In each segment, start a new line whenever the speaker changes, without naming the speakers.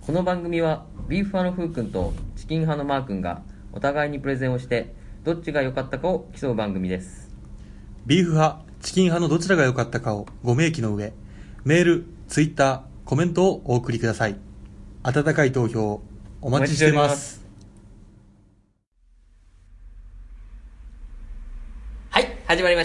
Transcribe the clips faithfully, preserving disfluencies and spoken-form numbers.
この番組はビーフ派のふうくんとチキン派のマーくんがお互いにプレゼンをしてどっちが良かったかを競う番組です。
ビーフ派、チキン派のどちらが良かったかをご明記の上、メール、ツイッター、コメントをお送りください。温かい投票お待ちしています。
はい、始まりました。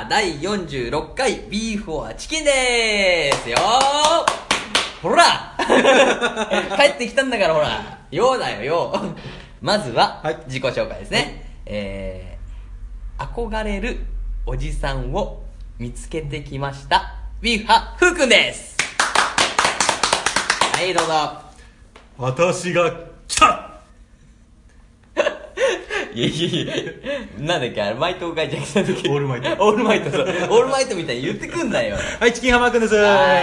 だいよんじゅうろっかいビーフはチキンでーすよー。ほら帰ってきたんだからほら、ようだよよう。まずは、はい、自己紹介ですね、はい、えー、憧れるおじさんを見つけてきましたビーフ派ふうくんです。はい、どうぞ。
私が来た
いやいやいや、なんだっけ、あれ、マイトが書いちゃった時。
オールマイト。
オールマイト、そう。オールマイトみたいに言ってくんだよ。
はい、チキンハマーくんです。
はい。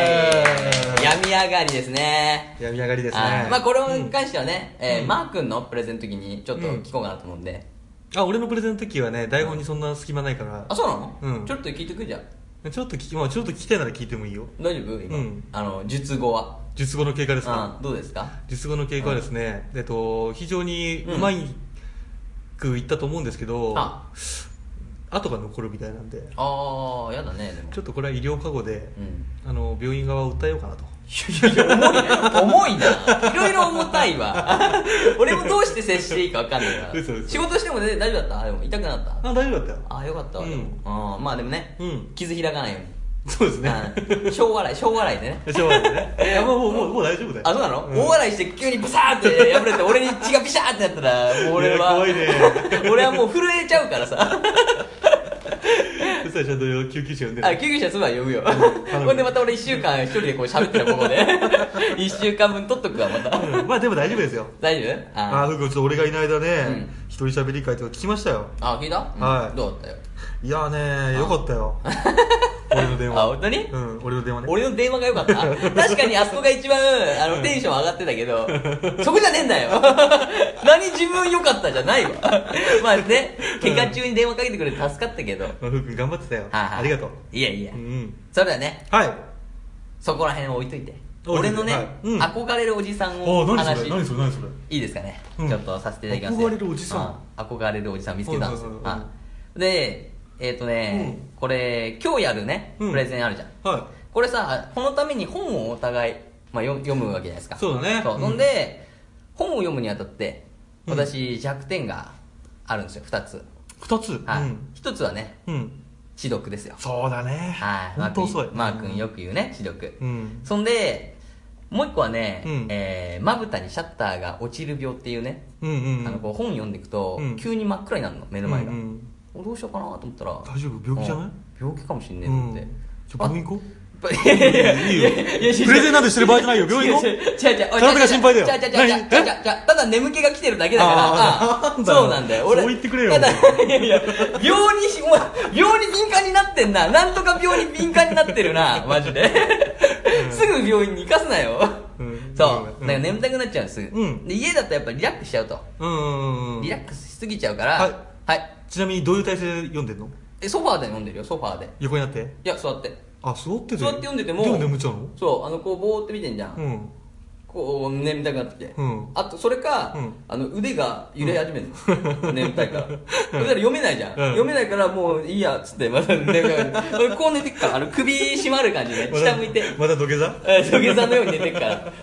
病み上がりですね。
病み上がりですね。
まあ、これに関してはね、うん、えー、マー君のプレゼンの時にちょっと聞こうかなと思うんで。
うん、あ、俺のプレゼンの時はね、台本にそんな隙間ないから。
あ、そうなの？
うん。
ちょっと聞いてくじゃん。
ちょっと聞き、まあ、ちょっと聞きたいなら聞いてもいいよ。
大丈夫？今。うん。あの、術後は。
術後の経過ですか？
うん。どうですか？
術後の経過はですね、うん、えっと、非常にうまい、うんく言ったと思うんですけど、あ後が残るみたいなんで、
ああ、やだね。でも
ちょっとこれは医療過誤で、うん、あの病院側を訴えようかなと。
いやいや、重い重いな。いろいろ重たいわ。俺もどうして接していいか分かんないから。仕事しても、ね、大丈夫だった？でも痛くなった？
あ、大丈夫だったよ。
あ、よかったわ、うん、あまあでもね、うん、傷開かないように。
そうですね。
小笑い、小笑いでね。
小笑いでね。いや、もう、もう、もう、もう大丈夫だよ。
あ、そうなの？うん、大笑いして急にブサーって破れて、俺に血がビシャーってなったら、もう俺は、
怖いね。
俺はもう震えちゃうからさ。
そしたらちゃんと救急車呼んでる。
あ、救急車すぐは呼ぶよ。ほんでまた俺一週間一人でこう喋ってるここで。一週間分取っとくわ、また。
うん、まあでも大丈夫ですよ。
大丈夫？
ああ、ふうくん、ちょっと俺がいない間ね、一人喋り会とか聞きましたよ。
あ、聞いた？
はい。
どうだったよ？
いやーね、よかったよ。俺の電話。
あ、本当に？
うん、俺の電話ね。
俺の電話が良かった。確かにあそこが一番、あの、テンション上がってたけど、そこじゃねえんだよ。何自分良かったじゃないわ。まあね、怪我中に電話かけてくれて助かったけど。
まあ、ふうくん頑張ってたよ。
はあはあ、
ありがとう。
いやいや。
うん。
それではね。
はい。
そこら辺置いといて。俺のね、はいうん、憧れるおじさんを
話し。何それ何それ
いいですかね、うん。ちょっとさせていただきます。
憧れるおじさん。
憧れるおじさん見つけたんですよ。で、えっ、ー、とね、うん、これ今日やるね、プレゼンあるじゃん、うん、はい、これさ、このために本をお互い、まあ、読むわけじゃないですか。
そうだね。
そう、うん、で本を読むにあたって私弱点があるんですよ、ふたつ。
ふたつ？
はい、うん、ひとつはね、うん、視読ですよ。
そうだね。
はい、
本当遅い。
マー君よく言うね、視読、うん、そんでもう一個はね、うん、えー、まぶたにシャッターが落ちる病っていうね、うんうんうん、あのこう本読んでいくと、うん、急に真っ暗になるの、目の前が、うんうん、どうしようかなと思ったら、
大丈夫？病気じゃない？
病気かもしんねえと思って、うん、
ちょ病院行こう。
いやいやいやいや、
プレゼンなんてしてる場合じゃないよ。病院行こう。違う違う、体が心配だよ。
違う違う違う違う違う、ただ眠気が来てるだけだから。ああ、そうなんだよ。俺
そう言ってくれよ。
ただ、いやいや、病にし、お前、病に敏感になってんな。なんとか病に敏感になってるな、マジで。すぐ病院に行かすなよ。そう。だから眠たくなっちゃうんです。で、家だとやっぱリラックスしちゃうと。リラックスしすぎちゃうから。はい。
ちなみにどういう体勢で読んでんの？
え、ソファーで読んでるよ、ソファーで。
横になって？
いや、座って。
あ、座ってて？
座って読んでても。
でも眠っちゃうの？
そう、あの、こう、ぼーって見てんじゃん。うん。こう、眠たくなってきて。うん。あと、それか、うん、あの、腕が揺れ始めるの。うん、眠たいから。そしたら読めないじゃん。うん、読めないから、もういいや、つって、また寝て、こう寝てくから、あの、首締まる感じで、下向いて。
また土下座？
土下座のように寝てくから。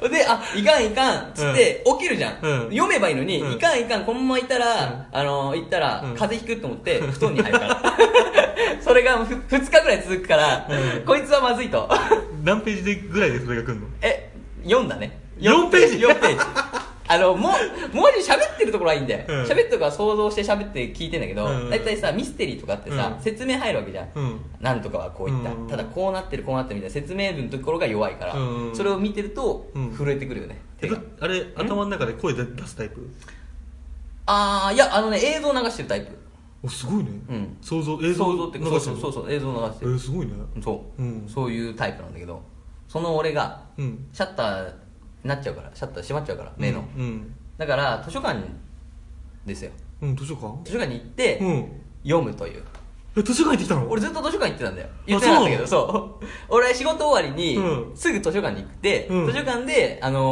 で、あ、いかんいかん、つって、起きるじゃん。うん、読めばいいのに、うん、いかんいかん、このままいたら、うん、あの、行ったら、風邪ひくと思って、布団に入るから。それがふふつかぐらい続くから、うん、こいつはまずいと。
何ページでぐらいでそれが来るの？
え、よんだね。
よんページ
?よんページ。あの、も、文字喋ってるところはいいんだよ。喋、うん、ってるとこは想像して喋って聞いてんだけど、だいたいさ、ミステリーとかってさ、うん、説明入るわけじゃん。うん、なんとかはこういった、うん。ただこうなってる、こうなってるみたいな説明文のところが弱いから、うん、それを見てると、震えてくるよね。
うん、あれ、頭の中で声出すタイプ？
あー、いや、あのね、映像流してるタイプ。
お、すごいね。
うん。
想像、映像
流してる。そうそうそうそう、映像流してる。
えー、すごいね。
そう、うん。そういうタイプなんだけど、その俺が、シャッター、なっちゃうから、シャッター閉まっちゃうから、目の、うんうん、だから図書館ですよ。
うん、図書館
図書館に行って、うん、読むという。
え、図書館行ってきたの？
俺ずっと図書館行ってたんだよ。言ってなかったけど、そう。俺仕事終わりに、うん、すぐ図書館に行って、うん、図書館で、あの、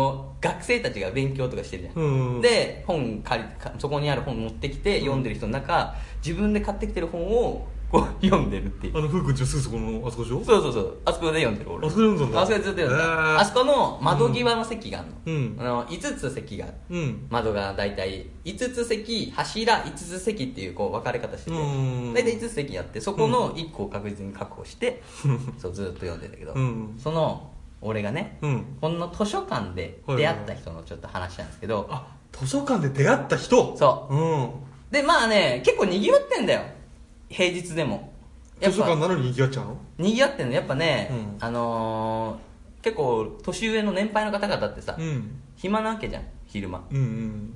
学生たちが勉強とかしてるじゃん、
うんうん、
で本借りそこにある本持ってきて読んでる人の中、自分で買ってきてる本をこう読んでるっていう。
あの福君ちのすぐそこのあそこでしょ。
そうそうそう、あそこで読んでる俺。
あそこで読んでるんだ。
あそこでずっと読んでる、えー、あそこの窓際の席があるの、
うん、
あのいつつ席がある、うん、窓がだいたいいつつ席柱いつつ席っていうこう分かれ方してて、だいたいいつつ席やって、そこのいっこを確実に確保して、うん、そうずっと読んでるんだけど、うん、その俺がね、うん、この図書館で出会った人のちょっと話なんですけど、はいはいはい、
あ、図書館で出会った人。
そう、うん、でまあね結構にぎわってんだよ平日でも。
図書館なのににぎわっちゃうの？
にぎわってんのやっぱね、うん、あのー、結構年上の年配の方々ってさ、うん、暇なわけじゃん昼間、うんうん、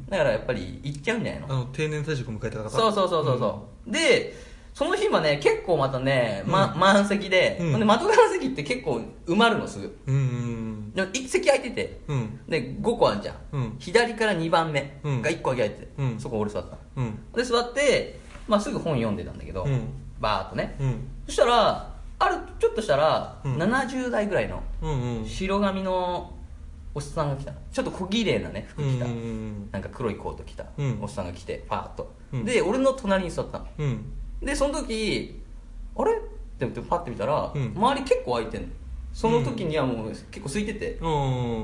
だからやっぱり行っちゃうんじゃないの？
あの定年退職迎えた方。
そうそうそうそうそう、うん、でその日はね結構またね、ま、満席で、うん、で窓側の席って結構埋まるのすぐ、うんうん、でもいち席空いてて、うん、でごこあるじゃん、うん、左からにばんめがいっこ空いてて、うん、そこ俺座った、うん、で座って、まあ、すぐ本読んでたんだけど、うん、バーっとね、うん、そしたらあるちょっとしたら、うん、ななじゅう代ぐらいの白髪のおっさんが来たの。ちょっと小綺麗なね服着た、うんうんうん、なんか黒いコート着たおっさんが来てパーッと、うん、で俺の隣に座ったの、うん、でその時あれって思ってパッて見たら、うん、周り結構空いてんの。その時にはもう結構空いてて、うん、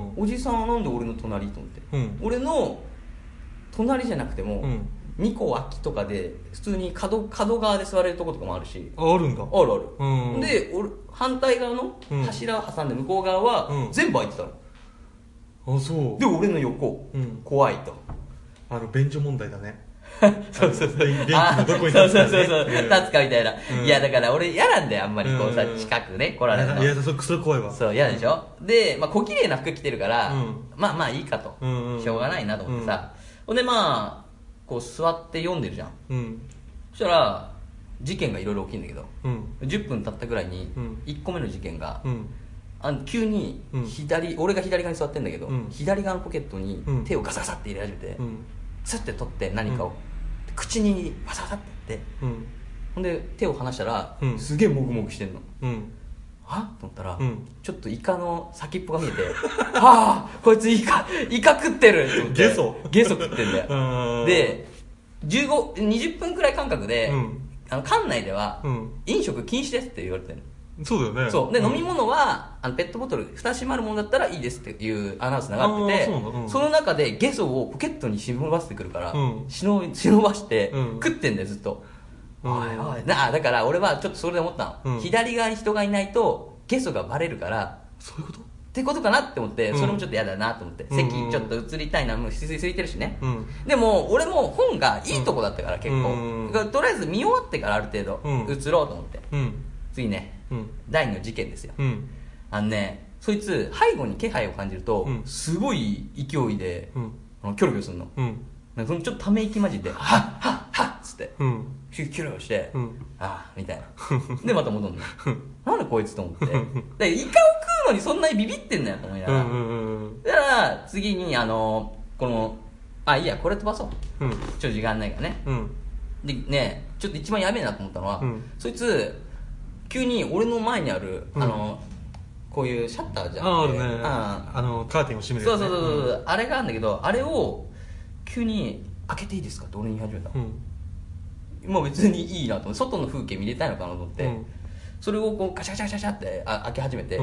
おじさんはなんで俺の隣と思って、うん、俺の隣じゃなくても、うん、にこ空きとかで普通に 角, 角側で座れるとことかもあるし。
あ, あるんだ。
あるある、うん、で俺反対側の柱を挟んで向こう側は全部空いてたの、
うん、あそう
で俺の横、うん、怖いと。
あの便所問題だね
そうそうそう、
電気のどこに立つか、ね、
そうそうそう、立つかみたいな、うん、いやだから俺嫌なんだよあんまりこうさ、うん、近くね来られるの。
いやそれそれ怖いわ。
そう嫌でしょ、うん、で、まあ、小綺麗な服着てるから、うん、まあまあいいかと、うんうん、しょうがないなと思ってさ、ほ、うんでまあこう座って読んでるじゃん、うん、そしたら事件がいろいろ起きるんだけど、うん、じゅっぷん経ったぐらいにいっこめの事件が、うん、あの急に左、うん、俺が左側に座ってんだけど、うん、左側のポケットに手をガサガサって入れ始めて、うん、スッて取って何かを、うん、口にバサバサってやって、うん、ほんで手を離したら、うん、すげえモグモグしてんの、うん、はっと思ったら、うん、ちょっとイカの先っぽが見えてはあこいつイカイカ食ってると思って。ゲソゲソ食ってんだよでじゅうご、にじゅっぷんくらい間隔で、うん、あの館内では、うん、飲食禁止ですって言われてる。
そうだよね。
そうで、うん、飲み物はあのペットボトル蓋閉まるものだったらいいですっていうアナウンスがあってて、 そ,、うん、その中でゲソをポケットに忍ばせてくるから、うん、忍ばして、うん、食ってんだよずっと、うん、おいおいなあ。だから俺はちょっとそれで思ったの、うん、左側に人がいないとゲソがバレるから、
そういうことって
ことかなって思って、うん、それもちょっと嫌だなと思って、うん、席ちょっと移りたいな、もうすいすいてるしね、うん、でも俺も本がいいとこだったから結構、うん、とりあえず見終わってからある程度移ろうと思って、うん、次ね、うん、だいにの事件ですよ、うん、あのねそいつ背後に気配を感じると、うん、すごい勢いで、うん、あのキョロキョロするの、うん、なんかそのちょっとため息混じってはっはっはっつって、うん、キョロキョロして、うん、ああみたいなでまた戻るのなんでこいつと思ってでイカを食うのにそんなにビビってんのよと思いながら、うんうんうん、だから次にあのこのあいいやこれ飛ばそう、うん、ちょっと時間ないからね、うん、でねちょっと一番やべえなと思ったのは、うん、そいつ急に俺の前にある、うん、あのこういうシャッターじゃん、
ああるね、ああのカーテンを閉めるやつ、ね、
そうそうそうそう、うん、あれがあるんだけどあれを急に開けていいですかって俺に言い始めた、うん、もう別にいいなと思って外の風景見れたいのかなと思って、うん、それをこうガシャガシャガシャってあ開け始めて、うん、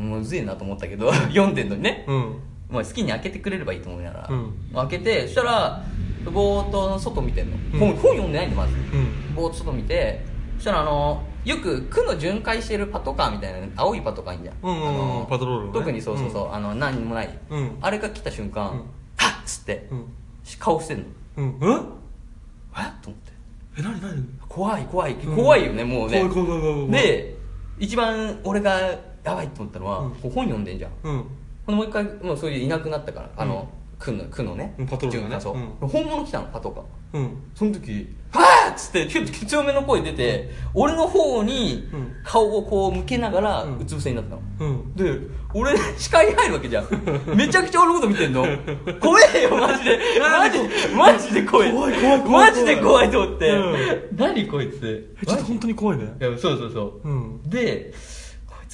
もううぜえなと思ったけど読んでんのにね、うん、まあ好きに開けてくれればいいと思うなら、うん、開けてそしたらぼーっと外見てんの、うん、本, 本読んでないんでまず、うん、ぼーっと外見てそしたらあのよく区の巡回してるパトカーみたいな青いパトカーいいんじゃん、うんうん、あの
パトロール、ね、
特にそうそうそう、うん、あの何にもない、うん、あれが来た瞬間、うん、はっつって、うん、顔してんの、うん、えっと思って
え何何
怖い怖い怖いよね、うん、もうね
怖い怖い怖い怖い
で一番俺がやばいと思ったのは、うん、本読んでんじゃん、うん、ほんでもう一回もうそういういなくなったから、うん、あの区の区のね
パトロールがね、
うん、本物来たのパトカー、うん、その時はぁっつってちょっときつめの声出て、うん、俺の方に顔をこう向けながらうつ伏せになったの、うん、で俺視界に入るわけじゃんめちゃくちゃ俺のこと見てんの怖えよマジでマジでマジで怖い
怖い怖い怖
いマジで怖いと思って、うん、何こいつ
ちょっと本当に怖いね。
いやそうそうそう、うん、でこいつマジちょっと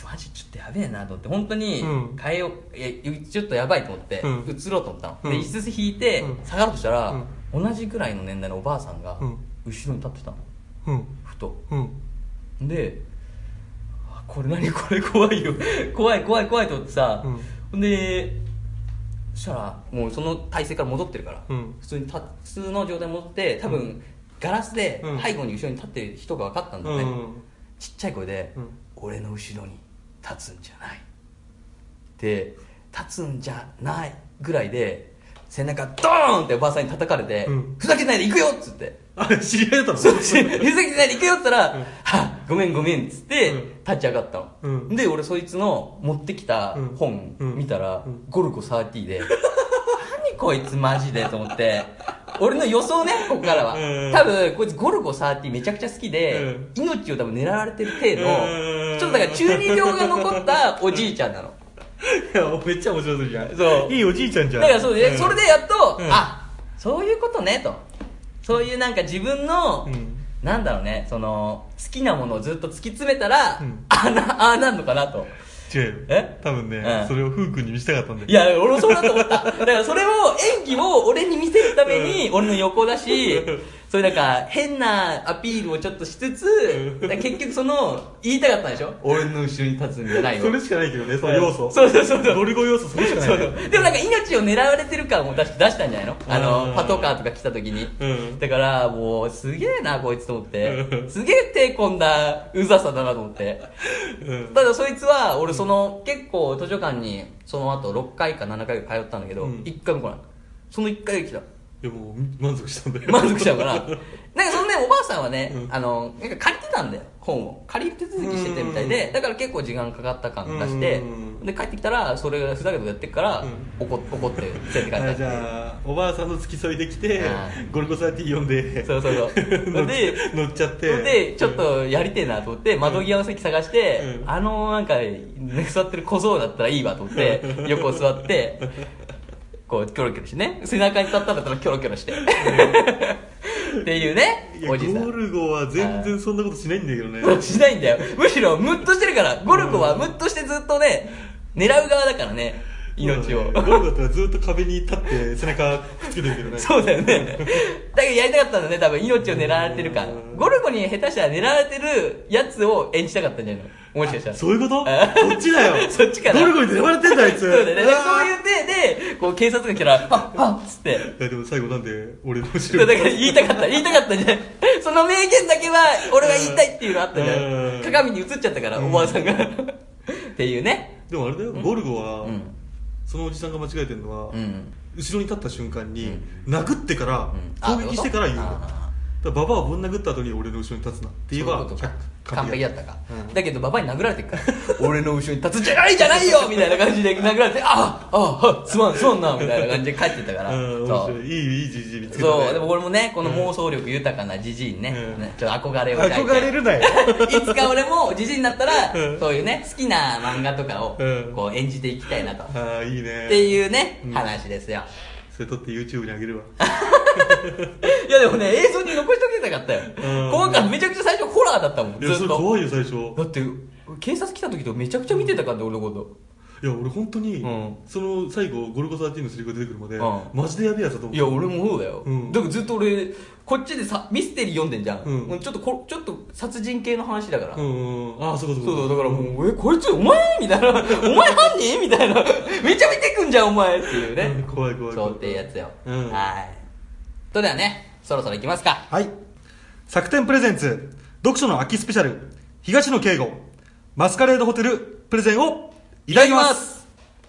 っとやべえなと思って本当に
うん
変えよう、いやちょっとやばいと思って、
うん、
移ろうと思ったの、
うん、
で椅子引いて
うん
下がろうとしたら、
うん、
同じくらいの年代のおばあさんが
うん
後ろに立ってたの、
うん、
ふと
うん、
で、あこれ何これ怖いよ怖い怖い怖いと思ってさ、
うん、
でそしたらもうその体勢から戻ってるから、
うん、
普通にた普通の状態に戻って多分、うん、ガラスで
うん
背後に後ろに立ってる人が分かったんだよね、うん、ちっちゃい声で、
うん、
俺の後ろに立つんじゃないで立つんじゃないぐらいで背中ドーンっておばあさんに叩かれて、うん、ふざけてないで行くよっつって、
あ知り合いだったの
そうふざけてないで行くよっつったら、うん、はごめんごめんっつって、
うん、
立ち上がったの、うん、で俺そいつの持ってきた本見たら、うん、ゴルゴサーティーで何こいつマジでと思って俺の予想ねここからは、うん、多分こいつゴルゴサーティーめちゃくちゃ好きで、うん、命を多分狙われてる程度、うん、ちょっとだから中二病が残ったおじいちゃんなの
いやめっちゃ面白いじゃん。
そう
いいおじいちゃんじゃん。
だからそうで、うん、それでやっと、
うん、
あそういうことねと、そういうなんか自分の、うん、なんだろうね、その好きなものをずっと突き詰めたら、うん、あなあなんのかなと。
違うよ。え多分ね、うん、それをフー君に見せたかったんだよ。
いや俺もそうだと思っただからそれを演技を俺に見せるために、うん、俺の横だしそういうなんか変なアピールをちょっとしつつ、うん、結局その言いたかったんでしょ俺の後ろに立つんじゃないよ
それしかないけどね、その要素。
そうそうそうそう
ゴルゴ要素それしかない。そうそう
でもなんか命を狙われてる感を出し出したんじゃないの、あのパトカーとか来た時に、うん、だからもうすげえなこいつと思って、うん、すげえ手込んだうざさだなと思って、うん、ただそいつは俺その、うん、結構図書館にその後ろっかいかななかいか通ったんだけど、うん、いっかいも来ない。そのいっかい来た。
いやもう満足したんだよ。
満足したからなんかそのねおばあさんはね、うん、あのなんか借りてたんだよ本を、借り手続きしててみたいで、だから結構時間かかった感出して、で帰ってきたらそれがふざけたことやってるから、うん、怒怒って連れて帰ったって。
じゃあおばあさんの付き添いできてゴルゴサーティー読んで
そうそうそうで
乗っちゃって
でちょっとやりてえなと思って窓際の席探して、うん、あのなんか座ってる小僧だったらいいわと思って横座ってこうキョロキョロしてね、背中に立ったんだったらキョロキョロしてっていうねおじさん。
ゴルゴは全然そんなことしないんだけどね。
しないんだよ、むしろムッとしてるから。ゴルゴはムッとしてずっとね狙う側だからね、命を、ね、
ゴルゴだったらずっと壁に立って背中くっつけてるけどね
そうだよねだけどやりたかったんだね、多分命を狙われてるから。ゴルゴに下手したら狙われてるやつを演じたかったんじゃないの、もしかしたら。
そういうこと？そっちだよ
そっちかな。
ゴルゴに狙われてんだあいつ。
そうだよね。そういう体でこう警察が来たらあっっつって。
いやでも最後なんで俺の後ろ
だから言いたかった言いたかったじゃんその名言だけは俺が言いたいっていうのあったじゃん。鏡に映っちゃったからおばあさんがっていうね。
でもあれだよ、ゴルゴは、うん、そのおじさんが間違えてるのは、うん、後ろに立った瞬間に、うん、殴ってから攻撃してから言うんだよ。だからババアをぶん殴った後に俺の後ろに立つなって言えば
完璧だったか、うん、だけどババアに殴られてるから俺の後ろに立つんじゃないじゃないよみたいな感じで殴られてあああすまんすまんなみたいな感じで帰ってたから、
うん、そういいいいじじい見つけた、
ね、そうでも俺もねこの妄想力豊かなじじいにね、うん、ねちょっと憧れを抱いて
憧れるなよ
いつか俺もじじいになったら、うん、そういうね好きな漫画とかをこう演じていきたいなと、
ああいいね
っていうね、うん、話ですよ。
それ撮って YouTube にあげるわ
いやでもね映像に残しときたかったよ。怖かった。めちゃくちゃ最初ホラーだったもん。ずっと。いやそれ
怖いよ最初。
だって警察来た時とめちゃくちゃ見てたからね俺のこと。
いや俺本当に、うん、その最後ゴルゴサーティーンのセリフが出てくるまで、うん、マジでやべえやつだと思って。
いや俺もそうだよ、うん、だからずっと俺こっちでさミステリー読んでんじゃん、うん、ちょっとこちょっと殺人系の話だから、うん、
ああそうかそうか
そうだからもうえこいつお前みたいなお前犯人みたいなめちゃ見てくんじゃんお前っていうね、
うん、怖い怖い
そうっていうやつよ、うん、はいそれではねそろそろ行きますか。
はい作典プレゼンツ読書の秋スペシャル東野圭吾マスカレードホテルプレゼンをいただきます。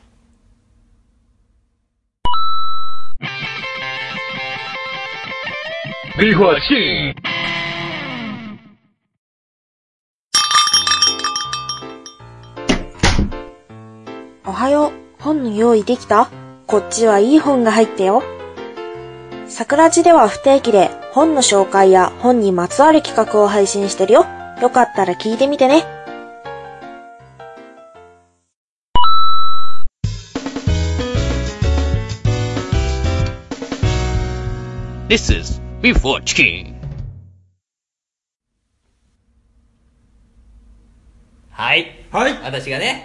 ビーフォーチキン
おはよう。本の用意できた？こっちはいい本が入ったよ。桜地では不定期で本の紹介や本にまつわる企画を配信してるよ。よかったら聞いてみてね。
This isビーフォーチキン。
はい。
はい。
私がね、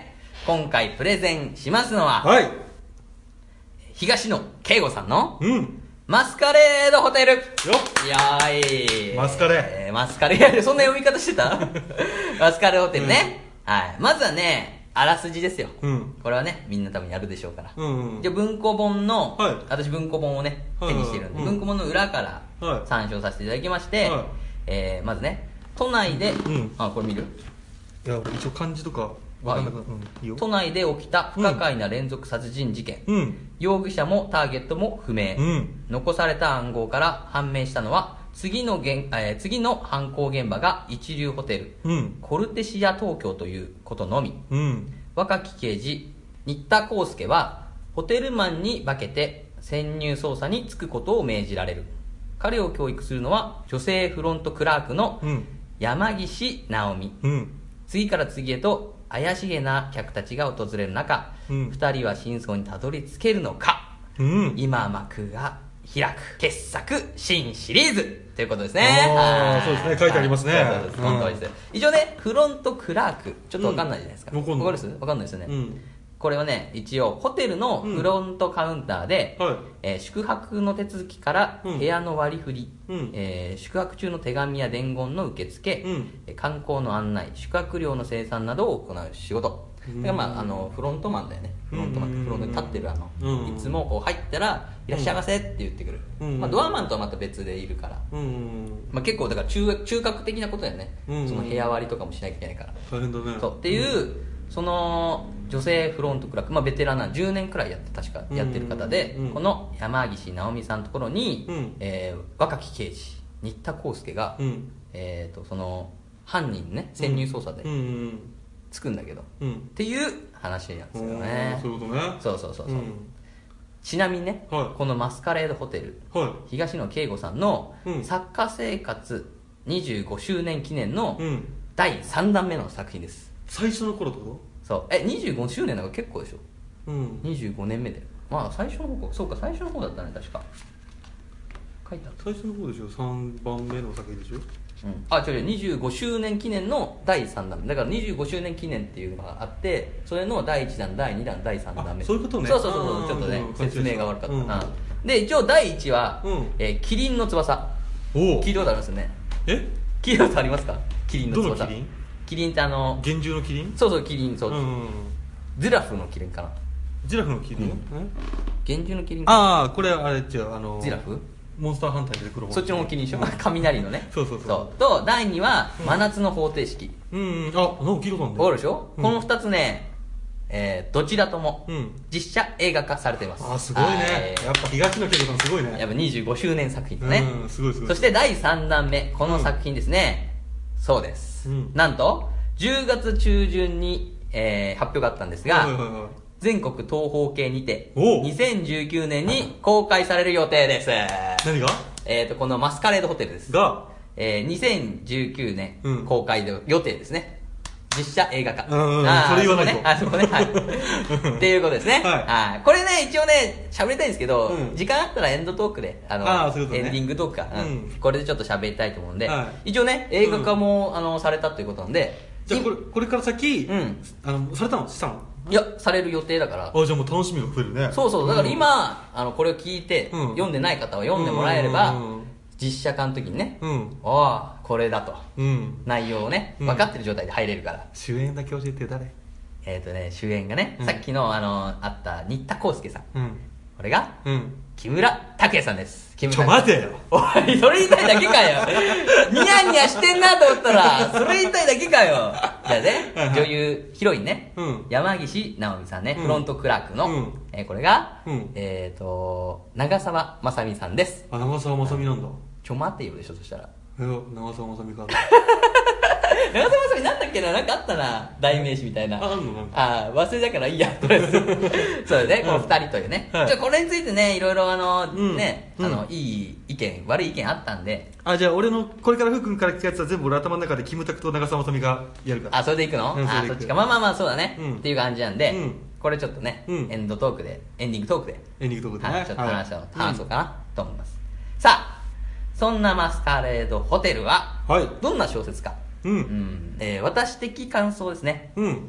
今回プレゼンしますのは、
はい。
東野圭吾さんの
うん。
マスカレードホテル。
よ
いやーい。
マスカレー
えーマスカレー。いやそんな読み方してたマスカレーホテルね。はい。まずはね、あらすじですよ。
うん。
これはね、みんな多分やるでしょうから。
うんうん。
じゃあ文庫本の、
はい
私文庫本をね、
はいはい
手にしてるんで、
うん
文庫本の裏から
はい
参照させていただきまして、
はい
えーまずね、都内で、
ん
あ、これ見る
いや、俺一応漢字とかわかんなかった。うん。いいよ。
都内で起きた不可解な連続殺人事件。
うん。
容疑者もターゲットも不明。
うん。
残された暗号から判明したのは、次の現、えー次の犯行現場が一流ホテル、
うん。
コルテシア東京ということのみ。
うん。
若き刑事、新田康介は、ホテルマンに化けて潜入捜査に就くことを命じられる。彼を教育するのは、女性フロントクラークの
うん。
山岸直美。
うん。
次から次へと怪しげな客たちが訪れる中、
うん
二人は真相にたどり着けるのか。
うん。
今幕が開く傑作新シリーズということですね。
あー
はい
そうですね書いてありますね
はいそうそうそうその通りです。一応ね、フロントクラーク、ちょっとわかんないじゃないですか。
うんわかんない
わかりますわかんないですよね。
うん。
これはね、一応ホテルのフロントカウンターで、
はい。
えー宿泊の手続きから
うん
部屋の割り振り、
うん
えー宿泊中の手紙や伝言の受付、
うん
えー観光の案内、宿泊料の生産などを行う仕事。
うん
だからまあ、あのフロントマンだよね。フロントマンってフロントに立ってるあの、
うん
いつもこう入ったら、いらっしゃいませって言ってくる。
うん
まあ、ドアマンとはまた別でいるから。
うん。
まあ、結構だから中中核的なことだよね、
うん
その部屋割りとかもしなきゃいけないから。
大変だね。
そうっていう、その女性フロントクラーク、まあ、ベテランなじゅうねんくらいやって確かやってる方で、
うん
この山岸直美さんのところに、
うん
えー若き刑事新田康介が、
うん。
えー、とその犯人ね潜入捜査で
うん。うん。
つくんだけど、っ
うん。
ていう話なんですよ
あ
ね
ー。そういうことね。
そうそうそうそう、
ん。
ちなみにね、
はい
このマスカレードホテル
は
東野圭吾さんの
うん
作家生活にじゅうごしゅうねん記念の
い。うん。
だいさんだんめの作品です。
最初の頃ってこ
そうえにじゅうごしゅうねんなんか結構でしょ。
と？うん。
にじゅうごねんめで、まあ最初の方か、そうか最初の方だったね確か。書いてあった。
最初の方でしょ。三番目の作品でしょ。
うん、あ違う違うにじゅうごしゅうねん記念のだいさんだんめだからにじゅうごしゅうねん記念っていうのがあって、それのだいいちだんだいにだんだいさんだんめ。
あそういうことね
そうそうそうそう、
あー
ちょっとね
うん
説明が悪かったな、
うん
で一応だいいちは、
うん
えーキリンの翼。
おお。
聞いたことありますよね。
え？
聞いたことありますか？キリンの翼。
どのキリン？
キリンってあの
厳重のキリン？
そうそうキリンそう、
うん。
ズラフのキリンかな。
ジラフのキリン？
うん
え
厳重のキリンかな。
ああ、これあれ違うあの。
ジラフ？
モンスターハンターに出てくる方。
そっちのキリンでしょ、雷のね。
そうそうそう
とだいには真夏の方程式。
うん。あ、なんか聞いたことあるんだ
わかるでしょ、
うん
このふたつね、えーどちらとも
うん
実写映画化されています。
あ、すごいね。
はい
やっぱ東野圭吾さんすごいね。
やっぱにじゅうごしゅうねん作品ですね。
うん、すごいすごい。
そしてだいさんだんめ、この作品ですね。そうです。
うん
なんと、じゅうがつちゅうじゅんに、えー発表があったんですが、
はいはいはい。
全国東方系にて、
おう
にせんじゅうきゅうねんに公開される予定です。
何が？
えっと、このマスカレードホテルです。
が、
えー、にせんじゅうきゅうね
うん
ん公開で予定ですね。実写映画化。
うんうん
あー
それ言わないと
そこね。あ、そこね。はい。っていうことですね。
はい
これね、一応ね、喋りたいんですけど、
うん
時間あったらエンドトークで、あの、
あーそういうことね
エンディングトークか、うん
うん
これでちょっと喋りたいと思うんで、
は
一応ね、映画化も、あの、されたということなんで、
じゃあこれ、これから先、
うん
あの、されたのしたの？
いや、される予定だから、
あ、じゃあもう楽しみが増えるね。
そうそう、だから
ん、
今、あの、これを聞いて、
うん
読んでない方は読んでもらえれば、
うんうんうん
実写化の時にね、
うん。
ああ、これだと。
うん。
内容をね、
うん
分かってる状態で入れるから。
主演だけ教えてよ、誰？
えっ、ー、とね、主演がね、
うん
さっきのあの、あった新田康介さん。
うん。
これが、
うん。
木村拓哉さんです。木
ちょ、
村
待てよ。
おい、それ言いたいだけかよ。ニヤニヤしてんなと思ったら、それ言いたいだけかよ。じゃあね
はい、はい
女優、ヒロインね、
うん
山岸直美さんね、
うん
フロントクラークの、
うん
えーこれが、
うん
えっ、ー、と、長澤まさみさんです。
あ、長澤まさみなんだ。
ちょ、待ってよでしょ、そしたら。
え、長澤まさみか。
長澤まさみなんだっけな、なんかあったな、代名詞みたいな。
ああんのなんか
あー忘れたからいいや、とりあえず。そうだね、この二人というね。
はい
じゃあこれについてね、いろいろあの、
うん
ね、あの、
うん
いい意見、悪い意見あったんで、
あ、じゃあ俺の、これからふうくんから聞くやつは全部俺頭の中でキムタクと長澤まさみがやるから。
あ、それでいくの、
うんそれでいく
あ、そっちか。まあまあまあ、そうだね。
うん
っていう感じなんで、
うん
これちょっとね、
うん
エンドトークで、エンディングトークで、
エンディングトークでね。
はい、ちょっと話を、
はい
話そうかなと思います。さあ、そんなマスカレードホテルは、
はい。
どんな小説か。
う。
うんん、えー私的感想ですね。
うん。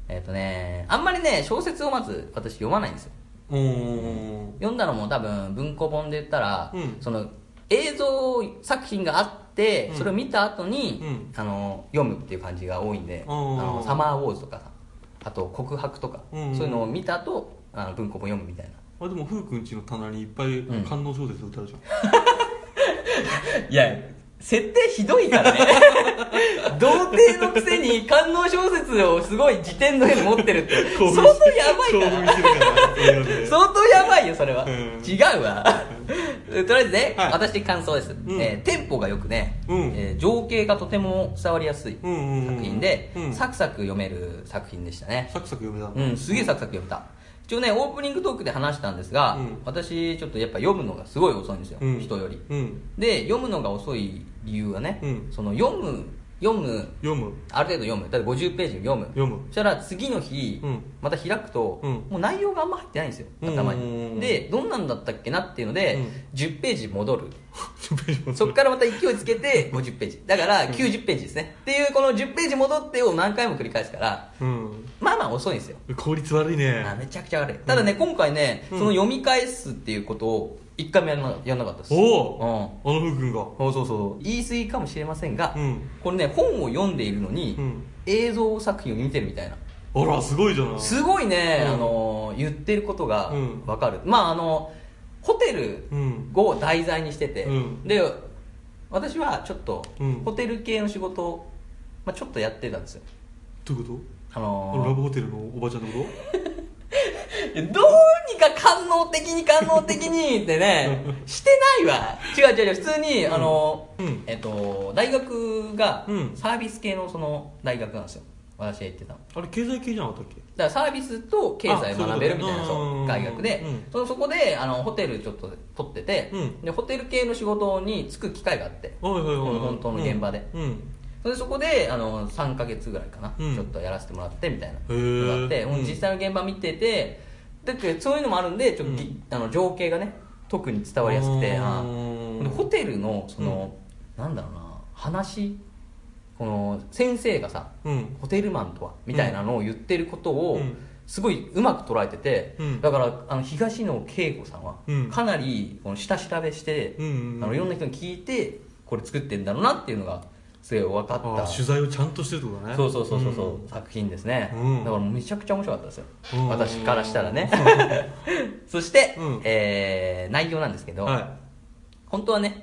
えっ、ー、とねあんまりね小説をまず私読まないんですよ。
おー
読んだのも多分文庫本で言ったら、
うん、
その映像作品があって、
うん、
それを見た後に、
うん、
あの読むっていう感じが多いんで、あのサマーウォーズとかさ、あと告白とか、うんうん、そういうのを見た後あの文庫本読むみたいな。
あれでもふうくんちの棚にいっぱい官能小説売ってあるじゃん、
うん、いや設定ひどいからね童貞のくせに官能小説をすごい辞典のように持ってるって相当やばいから相当やばいよそれは、うん、違うわとりあえずね、はい、私的感想です、うん、えー、テンポがよくね、うん、えー、情景がとても伝わりやすい作品で、うんうんうん、サクサク読める作品でしたね。
サクサク読めた、
うん、すげえサクサク読めた。一応ねオープニングトークで話したんですが、うん、私ちょっとやっぱ読むのがすごい遅いんですよ、うん、人より、うん、で読むのが遅い理由はね、うん、その読む読む
読む
ある程度読むだってごじゅっページ読む
読む
そしたら次の日、うん、また開くと、うん、もう内容があんま入ってないんですよ頭に。でどんなんだったっけなっていうので、うん、じゅっページ戻るそこからまた勢いつけてごじゅっページだからきゅうじゅっページですね、うん、っていうこのじゅっページ戻ってを何回も繰り返すから、うん、まあまあ遅いんですよ。
効率悪いね。
あめちゃくちゃ悪い。ただね、うん、今回ね、その読み返すっていうことを一回もやらな、やらなかったです。
おお、うん、あのふうくんが
そうそうそう言い過ぎかもしれませんが、うん、これね本を読んでいるのに、うん、映像作品を見てるみたいな。
あらすごいじゃない。
すごいね、うん、あの言ってることが分かる、うん、まああのホテルを題材にしてて、うん、で私はちょっとホテル系の仕事を、まあ、ちょっとやってたんですよ。
どういうこと？
あのー、
ラブホテルのおばちゃんのこと
どうにか官能的に官能的にってねしてないわ。違う違う違う普通に、うん、あの、うん、えっと大学がサービス系のその大学なんですよ。私が言ってたの
あれ経済系じゃなかったっけ？
だからサービスと経済を学べるみたいなそう大学で、うん、そ, そこであのホテルちょっと取ってて、うん、でホテル系の仕事に就く機会があって、この本当の現場で、うんうん、それでそこであのさんかげつぐらいかな、うん、ちょっとやらせてもらってみたいなのがあって、うん、実際の現場見ててだけどそういうのもあるんでちょっと、うん、あの情景がね特に伝わりやすくて、あでホテルのその、うん、なんだろうな話この先生がさ、うん、ホテルマンとはみたいなのを言ってることを、うん、すごいうまく捉えてて、うん、だからあの東野圭吾さんは、うん、かなりこの下調べして、うんうんうん、あのいろんな人に聞いてこれ作ってるんだろうなっていうのがすごい分かった。
取材をちゃんとしてるってことだね。
そうそうそうそう、うん、作品ですね、うん、だからめちゃくちゃ面白かったですよ、うん、私からしたらねそして、うん、えー、内容なんですけど、はい、本当はね、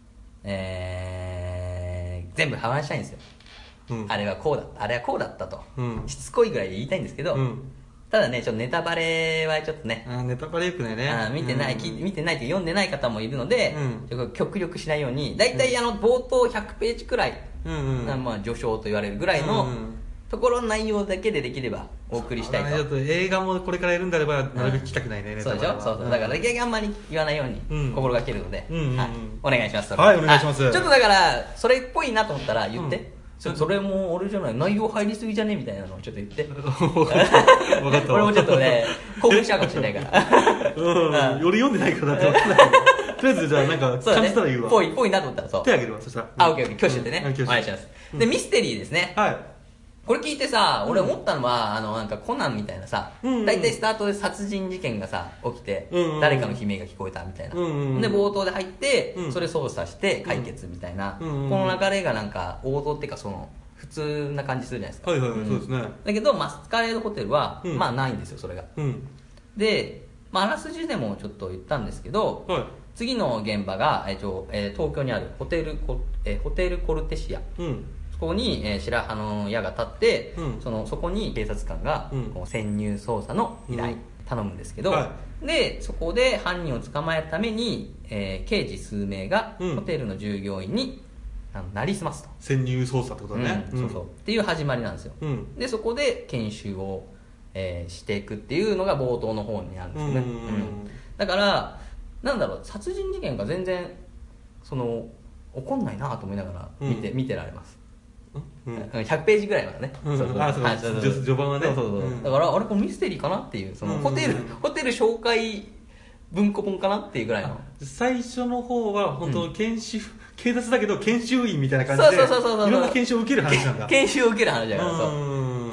えー、全部話したいんですよ、うん、あれはこうだったあれはこうだったと、うん、しつこいぐらいで言いたいんですけど、うん、ただねちょっとネタバレはちょっとね
あネタバレよくないね
あ見てない、うん、見てないって読んでない方もいるので、うん、ちょっと極力しないようにだいたいあの冒頭ひゃくページくらい、うんうん、まあ序章と言われるぐらいのところの内容だけでできればお送りしたいと、ね、ちょっと
映画もこれからやるんであればなるべく聞きたくないね、
うん、そうでしょそうそう、うん、だからあんまり言わないように心がけるので、うんうんうんはい、お願いします。
はいお願いします。
ちょっとだからそれっぽいなと思ったら言って、うんそ, それも俺じゃない内容入りすぎじゃねみたいなのをちょっと言って分かった俺もちょっとね興奮しちゃうかもしれないから
うん、俺読んでないからって分かんないとりあえずじゃあなんか感じたら言うわ
ぽいぽいなと思ったらそう
手あげるわそしたら
あオッケーオッケー挙手ってね、うん、お願いします、うん、でミステリーですね
はい
これ聞いてさ俺思ったのは、うん、あのなんかコナンみたいなさ大体、うんうん、スタートで殺人事件がさ起きて、うんうん、誰かの悲鳴が聞こえたみたいな、うんうん、で冒頭で入って、うん、それ操作して解決みたいな、うんうん、この流れがなんか王道っていうかその普通な感じするじゃないですか
はいはいはい、うん、そうですね
だけどマスカレードホテルは、うん、まあないんですよそれが、うん、で、まあ、あらすじでもちょっと言ったんですけど、はい、次の現場が、えーとえー、東京にあるホテルコ、えー、ホテルコルテシア、うんそこに、えー、白羽の矢が立って、うん、そのそこに警察官が、うん、こう潜入捜査の依頼、うん、頼むんですけど、はい、でそこで犯人を捕まえるために、えー、刑事数名がホテルの従業員に、うん、あのなりすますと
潜入捜査ってことだね、
うん、そうそうっていう始まりなんですよ、うん、でそこで研修を、えー、していくっていうのが冒頭の方にあるんですよね、うんうん、だからなんだろう殺人事件が全然その起こんないなと思いながら見て、うん、見てられますうん、ひゃくページぐらいまでね、
うん、そうそうあそうあそうそう序盤はね
そうそうそう、うん、だからあれこれミステリーかなっていうそのホテル、うん、ホテル紹介文庫本かなっていうぐらいの
最初の方は本当研修、うん、警察だけど研修員みたいな感じで
そうそうそうそうそう
いろんな研修を受ける話なんだ
研修を受ける話だからそうだか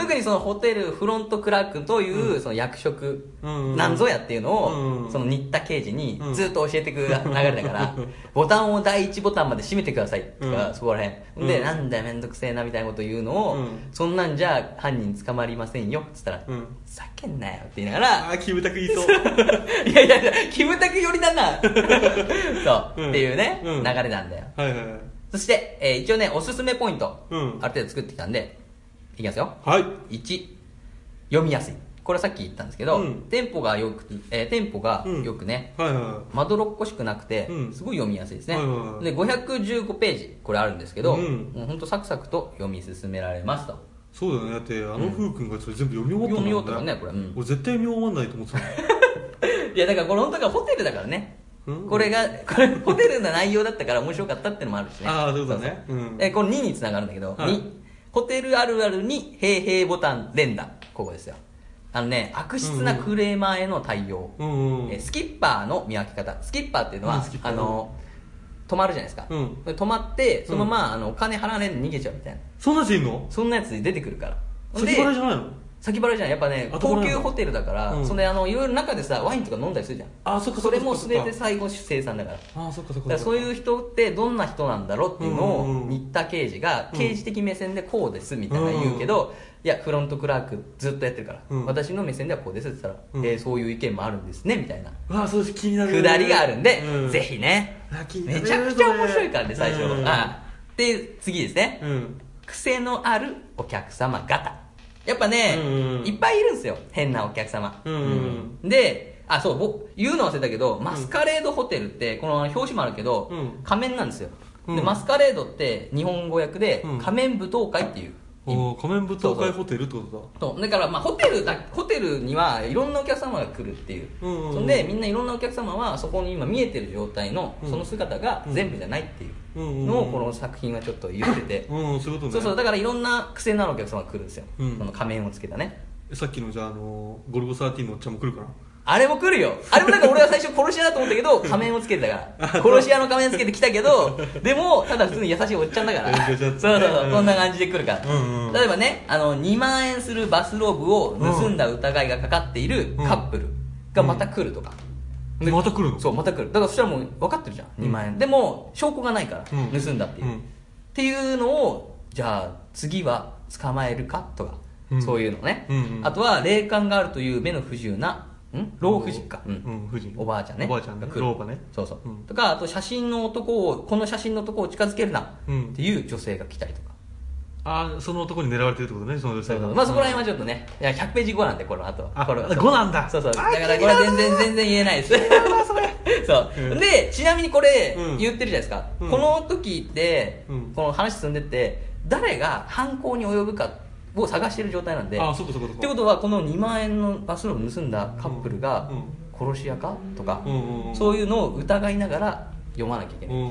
特にそのホテルフロントクラークという、うん、その役職なんぞやっていうのを、うん、その新田刑事にずっと教えてくる流れだから、うん、ボタンを第一ボタンまで閉めてくださいとか、うん、そこら辺で、うん、なんだよめんどくせえなみたいなこと言うのを、うん、そんなんじゃ犯人捕まりませんよっつったら、うん、叫んなよって言いながら、
あーキムタク言いそう
いやいやいやキムタク寄りだなそう、うん、っていうね、うん、流れなんだよ。はいはいはい。そして、えー、一応ねおすすめポイント、うん、ある程度作ってきたんでいきますよ。はい。いち、読みやすい。これはさっき言ったんですけど、うん、テンポがよく、えー、テンポがよくね、うんはいはいはい、まどろっこしくなくて、うん、すごい読みやすいですね、はいはいはい、でごひゃくじゅうごページこれあるんですけど、うん、もうほんとサクサクと読み進められますと。
そうだよね。だってあの風君がそれ全部読み終わったもんね。
読み終わったからねこれ、うん、
俺絶対読み終わんないと思ってた
いやだからこれ本当がホテルだからね、うん、これがこれホテルの内容だったから面白かったってのもあるしね。ああそうだね。そうそう、うん、えこれににつながるんだけど、はい、にホテルあるあるに平平ボタン連打、ここですよ。あのね悪質なクレーマーへの対応、うんうん、えスキッパーの見分け方。スキッパーっていうのは、うん、あの止まるじゃないですか、うん、止まってそのまま、うん、あのお金払われるの逃げちゃうみたいな。
そんなやついんの？
そんなやつ出てくるから。
先払いじゃないの？
先払いじゃない。やっぱね高級ホテルだから、うん、そんであのいろいろ中でさワインとか飲んだりするじゃん。あそっかそっかそれも全て最後生産だから。あそっかそっか。だからそういう人ってどんな人なんだろうっていうのを、うんうん、新田刑事が刑事的目線でこうですみたいな言うけど、うんうん、いやフロントクラークずっとやってるから、うん、私の目線ではこうですって言ったら、うんえー、そういう意見もあるんですねみたいな
あそう気になる
くだりがあるんで、うん、ぜひねめちゃくちゃ面白いからね最初、うん、あで次ですね、うん、癖のあるお客様方。やっぱね、うんうん、いっぱいいるんですよ変なお客様、うんうん、であそう僕言うの忘れたけど、うん、マスカレードホテルってこの表紙もあるけど、うん、仮面なんですよ、うん、でマスカレードって日本語訳で仮面舞踏会っていう、
うん、仮面舞踏会ホテルってこと
だ。そうだからまあホテルだホテルにはいろんなお客様が来るっていう、うんうんうん、そんでみんないろんなお客様はそこに今見えてる状態のその姿が全部じゃないっていうのをこの作品はちょっと言ってて、うんうん、そういうことね。そうそうだからいろんな癖のあるお客様が来るんですよ、うん、この仮面をつけたね。
さっきのじゃあ、あのゴルゴじゅうさんのおっちゃんも来るかな。
あれも来るよ。あれもなんか俺は最初殺し屋だと思ったけど仮面をつけてたから殺し屋の仮面つけてきたけどでもただ普通に優しいおっちゃんだからそうそうそうこんな感じで来るから、うんうん、例えばねあのにまんえんするバスローブを盗んだ疑いがかかっているカップルがまた来るとか、
うんうん、また来るの？
そうまた来る。だからそしたらもう分かってるじゃん、うん、にまんえんでも証拠がないから、うん、盗んだっていう、うん、っていうのをじゃあ次は捕まえるかとか、うん、そういうのね、うんうん、あとは霊感があるという目の不自由なん老婦人か、うんうん、婦人おばあちゃんね
おばあちゃんね老婆ね
そうそう、うん、とかあと写真の男をこの写真の男を近づけるなっていう女性が来たりとか、
うん、ああその男に狙われてるってことねその女性が。
まあそこら辺はちょっとねいやひゃくページごなんでこの後
あ
これ
ごなんだ
そうそうだからこれは全然全然言えないですそう、うん、でちなみにこれ言ってるじゃないですか、うん、この時って、うん、この話進んでって誰が犯行に及ぶかを探している状態なんで。あそこそこそこってことはこのにまんえんのバスローブ盗んだカップルが殺し屋かとか、うんうん、そういうのを疑いながら読まなきゃいけない、うん、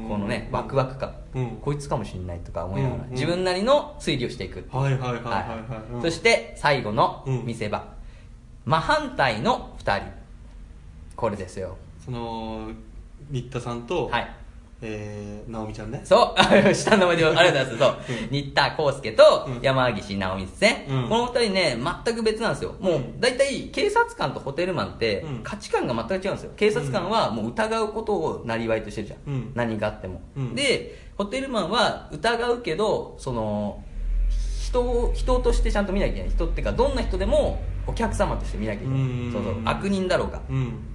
このねワクワク感、うん、こいつかもしれないとか思いながら、うん、自分なりの推理をしていく。はいはいはいはい、はい、そして最後の見せ場、うん、真反対のふたりこれですよ。
その新田さんと、はいえー、直美ちゃんね。
そう下の名前でありがとうございます。そう、うん、新田康介と山岸直美ですね、うん、このふたりね全く別なんですよ。もう大体警察官とホテルマンって価値観が全く違うんですよ。警察官はもう疑うことをなりわいとしてるじゃん、うん、何があっても、うん、でホテルマンは疑うけどその人を人としてちゃんと見なきゃいけない。人っていうかどんな人でもお客様として見なきゃいけない。そうそう悪人だろうが、うん、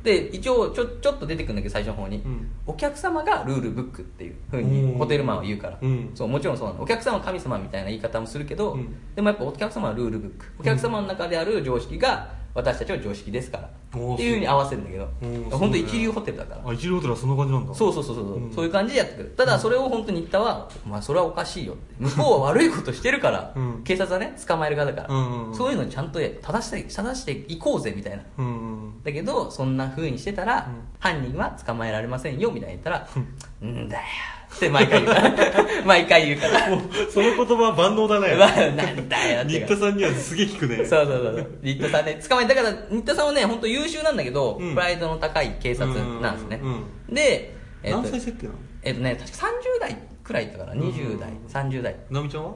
で一応ちょちょっと出てくるんだけど最初の方に、うん、お客様がルールブックっていう風にホテルマンは言うから、うん、そうもちろんそうなの。お客様は神様みたいな言い方もするけど、うん、でもやっぱお客様はルールブック、お客様の中である常識が私たちは常識ですからっていう風に合わせるんだけど、本当一流ホテルだから。
あ一流ホテルはそんな感じなんだ。
そうそうそうそう、うん、そういう感じでやってくる。ただそれを本当に言ったは、まあそれはおかしいよって向こうは悪いことしてるから、うん、警察はね捕まえる側だから、うんうんうん、そういうのにちゃんと正して正していこうぜみたいな、うんうん、だけどそんな風にしてたら、うん、犯人は捕まえられませんよみたいに言ったら、うん、んだよって毎回言うから毎回言うからもう
その言葉は万能だね
なんだよって
新田さんにはすげえ聞くね
そうそうそう新田さんね捕まえだから新田さんはね本当優秀なんだけど、うん、プライドの高い警察なんですね、うんうんうん、で、
えー、何歳設定なの？
えっ、ー、とね確かさんじゅう代くらいだからにじゅう代、うん、さんじゅう代。
直美ちゃんは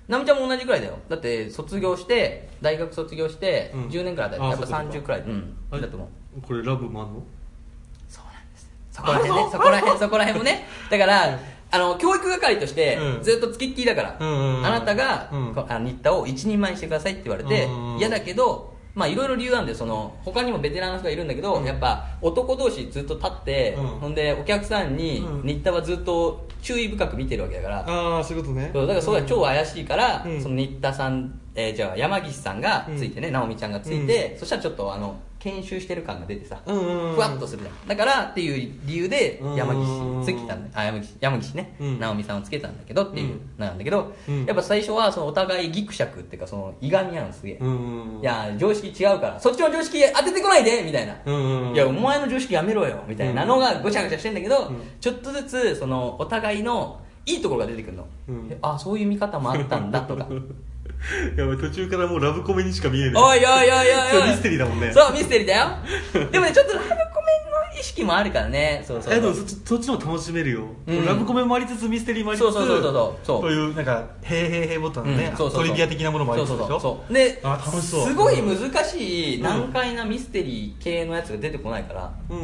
ナミちゃんも同じくらいだよ。だって卒業して大学卒業して
うん
じゅうねんくらいだよ、
あ
やっぱ
そうかそうか
さんじゅうくらい、うん
あれ
だと思う。
これラブもあんの？
そうなんです。そこら辺ね、そこら辺、そこら辺もね。だから、あの、教育係として、ずっと付きっきりだから、
うんうんうん、
あなたが、
うん、
こあの新田を一人前にしてくださいって言われて、
うんうん、
嫌だけど、まあいろいろ理由なんで、その、他にもベテランの人がいるんだけど、うん、やっぱ男同士ずっと立って、うん、ほんでお客さんに、新田はずっと注意深く見てるわけだから、
ああ、そういうことね。
そうだからそれは超怪しいから、
うん、
その新田さん、えー、じゃあ山岸さんがついてね、うん、直美ちゃんがついて、うん、そしたらちょっとあの、研修してる感が出てさ、うんうんうん、ふわっとするじゃん。だからっていう理由で山岸つけたんだ、あ、山岸、山岸ね、うん、直美さんをつけたんだけどっていうのなんだけど、うん、やっぱ最初はそのお互いギクシャクっていうか、そのいがみなのすげえ、うんうん、いや常識違うからそっちの常識当ててこないでみたいな、うんうん、いやお前の常識やめろよみたいなのがごちゃごちゃしてんだけど、うん、ちょっとずつそのお互いのいいところが出てくるの、うん、あ、そういう見方もあったんだとか
やばい、途中からもうラブコメにしか見えない。
おいおいおいおいおい、
ミステリーだもんね。
そう、ミステリーだよ。でもね、ちょっとラブコメの意識もあるからね。そうそうそう。
え、でもそ、そっちの方楽しめるよ、うん、ラブコメもありつつミステリーもありつつ、
そうそうそうそうそう、
そういうなんかへーへーへーボタンのね、うん、そうそうそう、トリビア的なものもありつつでしょ。そうそうそう、
で、
あ、楽しそう。
すごい難しい難解なミステリー系のやつが出てこないから、うん、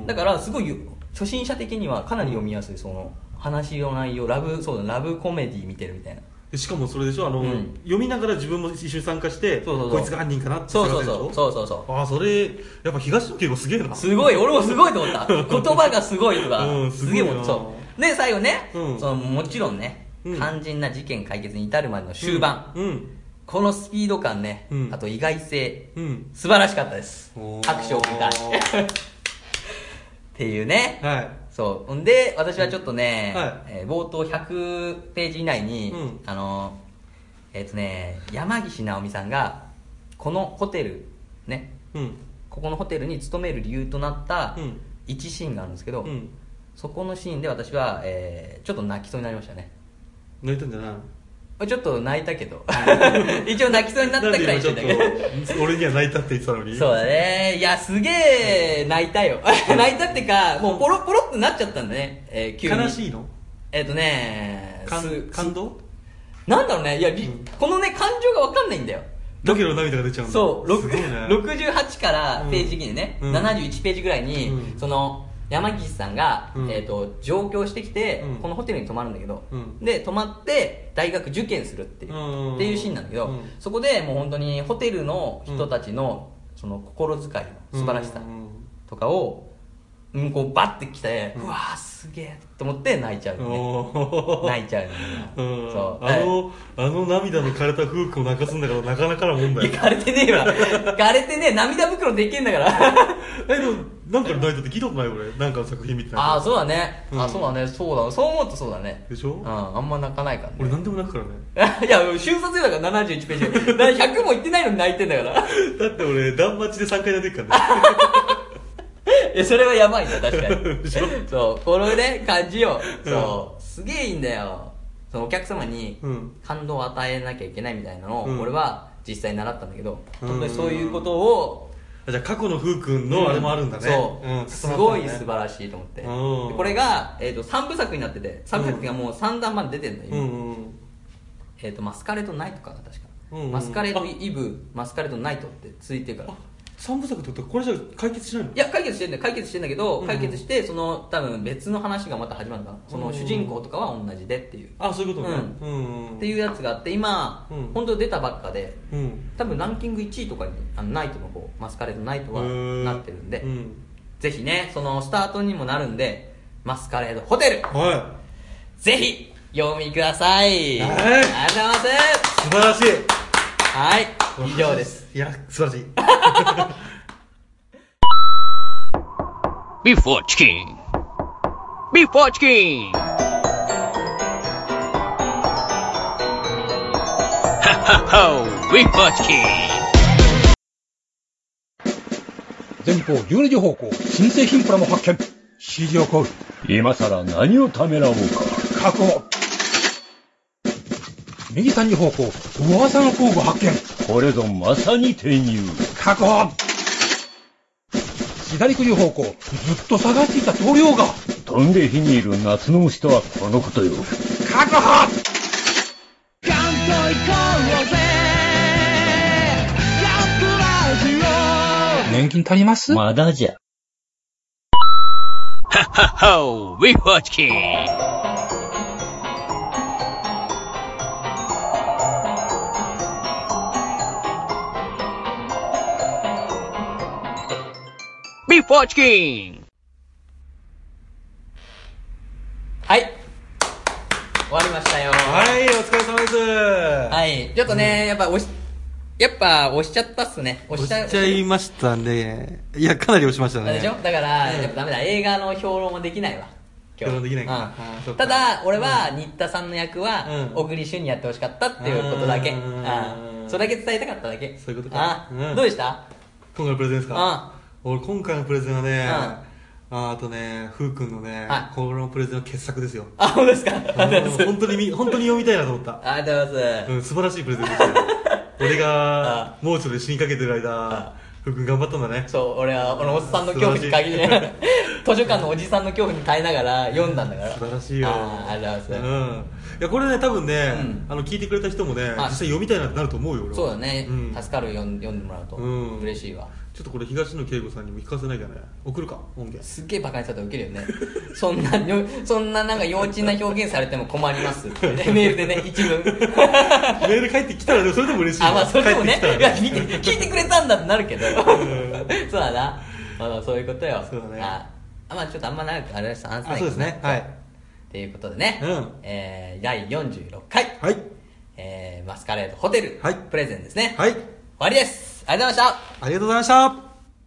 だからすごい初心者的にはかなり読みやすい、その話の内容、ラブ、そうだ、ラブコメディ見てるみたいな。
しかもそれでしょ、あの、うん、読みながら自分も一緒に参加して、そうそうそう、こいつが犯人かなって探せるでしょ。そうそうそうそう。ああ、それやっぱ東野圭吾すげえな。
すごい、俺もすごいと思った言葉がすごいとか、うん、すげえもん。そうで最後ね、うん、そのもちろんね、うん、肝心な事件解決に至るまでの終盤、うんうん、このスピード感ね、うん、あと意外性、うん、素晴らしかったです。拍手を送りたいっていうね、はい、そう。んで、私はちょっとね、はい、えー、冒頭ひゃくページ以内に、うん、あの、えっ、ー、とね、山岸直美さんが、このホテル、ね、うん、ここのホテルに勤める理由となった一シーンがあるんですけど、うん、そこのシーンで私は、えー、ちょっと泣きそうになりましたね。
泣いたんじゃない？
ちょっと泣いたけど一応泣きそうになったくらいしてたけど
俺には泣いたって言ってたのに。
そうだね、いやすげえ泣いたよ泣いたってかもうポロポロってなっちゃったんだね、えー、急に。
悲しいの？
えっとね
感動
なんだろうね、いや、うん、このね感情が分かんないんだよ。
だけど涙が出ちゃうんだ。
そう、ね、ろくじゅうはちからページ的にね、うん、ななじゅういちページぐらいに、うん、その山岸さんが、うん、えー、と上京してきて、うん、このホテルに泊まるんだけど、うん、で泊まって大学受験するっていう、うん、っていうシーンなんだけど、うん、そこでもう本当にホテルの人たちの、うん、その心遣いの素晴らしさとかを、うん、こうバッてきて、うん、うわーすげえと思って泣いちゃう、ね、泣いちゃう、ね、うん、そう
あの、あの涙の枯れた風景を泣かすんだからなかなかなもんだよ。
枯れてねえわ枯れてねえ、涙袋できんだから
えでもなんか泣いたって聞いたことない俺、なんかの作品見てない。
ああそうだね、うん、あそうだね、そうだ、そう思うとそうだね
でしょ、うん、
あんま泣かないからね。
俺なんでも泣くからね
いや瞬殺だからななじゅういちページだからひゃくもいってないのに泣いてんだからだ
って俺断末でさんかい泣いてるからね
いやそれはやばいんだ確かにそうこのね感じよ、そうすげえいいんだよ。そのお客様に感動を与えなきゃいけないみたいなのを、うん、俺は実際習ったんだけど、本当にそういうことを、
じゃあ過去の風君のあれもあるんだね、
うん、そう、うん、すごい素晴らしいと思って、でこれが、えー、とさんぶさくになってて、さんぶさくがもうさんだんまで出てるんだよ、うんうん、えー、とマスカレートナイトかな確か、うんうん、マスカレートイブマスカレートナイトってついてるから。
さんぶさくってことはこれじゃ解決しないの？
いや解決してんだよ、解決してんだけど、うん、解決してその多分別の話がまた始まるんだ、その主人公とかは同じでっていう、
あそういうことね、
うんうんうん、っていうやつがあって今、うん、本当出たばっかで、うん、多分ランキングいちいとかにあのナイトの方、マスカレートナイトはなってるんで、うん、ぜひねそのスタートにもなるんでマスカレードホテル、はい、ぜひ読みください、はい、ありがとうございます。
素晴らしい。
はい、以上です。
いや素晴らしい
Before Chicken Before Chicken ハッハッハッ Before Chicken
前方じゅうにじ方向新製品プラも発見、指示を行う。
今さら何をためらおうか。
確保。右さんじ方向噂の工具発見。
これぞまさに転入。
確保。左くじ方向ずっと探していた棟梁が。
飛んで火にいる夏の虫とはこのことよ。
確保。 金足ります？
まだじゃ。
Ha ha ho! We watch King! We watch King!
はい。終わりましたよ。
はい、お疲れ様です。
はい。ちょっとね、やっぱ押し、やっぱ押しちゃったっすね。
押しちゃ、押しちゃいましたね。いや、かなり押しましたね。
でしょ？だから、やっぱダメだ。映画の評論もできないわ。
評論できないか。
うん、ただ、俺は、新田さんの役は、小栗旬にやってほしかったっていうことだけ。うん。それだけ伝えたかっただけ。
そういうことか。
うん。どうでした？
今回のプレゼンですか？
うん。
俺、今回のプレゼンはね、あ, あとね、ふうくんのね、はい、このプレゼンの傑作ですよ。
あ、本当ですか？
本当に、本当に読みたいなと思った。
ありがとうございます。
うん、素晴らしいプレゼンでしたよ。俺が、もうちょっと死にかけてる間、ふうくん頑張ったんだね。
そう、俺は、このおっさんの恐怖に限り、図書館のおじさんの恐怖に耐えながら読んだんだから。
素晴らしいよ。
あありがとうございます。うん。
いや、これね、多分ね、うん、あの、聞いてくれた人もね、実際読みたいなってなると思うよ、俺は。
そうだね。うん、助かる読んでもらうと。うん、嬉しいわ。
ちょっとこれ東野圭吾さんにも聞かせなきゃね。送るか、音源。
すっげえバカにされたらウケるよね。そんな、そんななんか幼稚な表現されても困りますって、ね。メールでね、一文。メ
ール返ってきたらね、それでも嬉しい。
あ、まあそれでもね、いや聞いて、聞いてくれたんだってなるけど。そうだな。あ、そういうことよ。
そうだね。
あ、まあちょっとあんま長くあれです、話せない。
あ、そうですね。はい。
ということでね、うん、えー、だいよんじゅうろっかい。
はい。
えー、マスカレードホテル。はい。プレゼンですね。
はい。
終わりです。ありがとうございました。
ありがとうございました。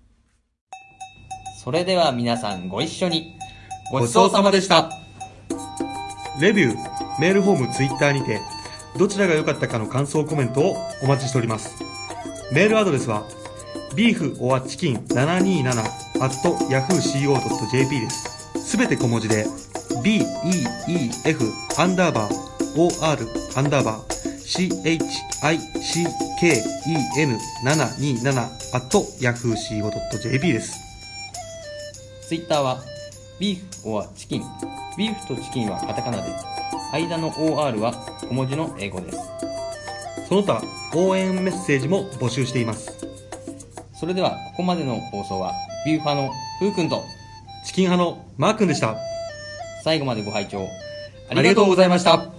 それでは皆さんご一緒に。
ごちそうさまでした。レビュー、メールフォーム、ツイッターにて、どちらが良かったかの感想コメントをお待ちしております。メールアドレスは、ビーフ or チキンななにーなな at ヤフー シーオー ドット ジェーピー です。すべて小文字で、ビー イー イー エフ アンダーバー オーアール アンダーバー シーエイチアイシーケーイーエヌななにーなな at ヤフー シーオー ドット ジェーピー です。
ツイッターは、ビーフ or チキン。ビーフとチキンはカタカナで、間の オーアール は小文字の英語です。
その他、応援メッセージも募集しています。
それでは、ここまでの放送は、ビーフ派のふうくんと、
チキン派のマーくんでした。
最後までご拝聴ありがとうございました。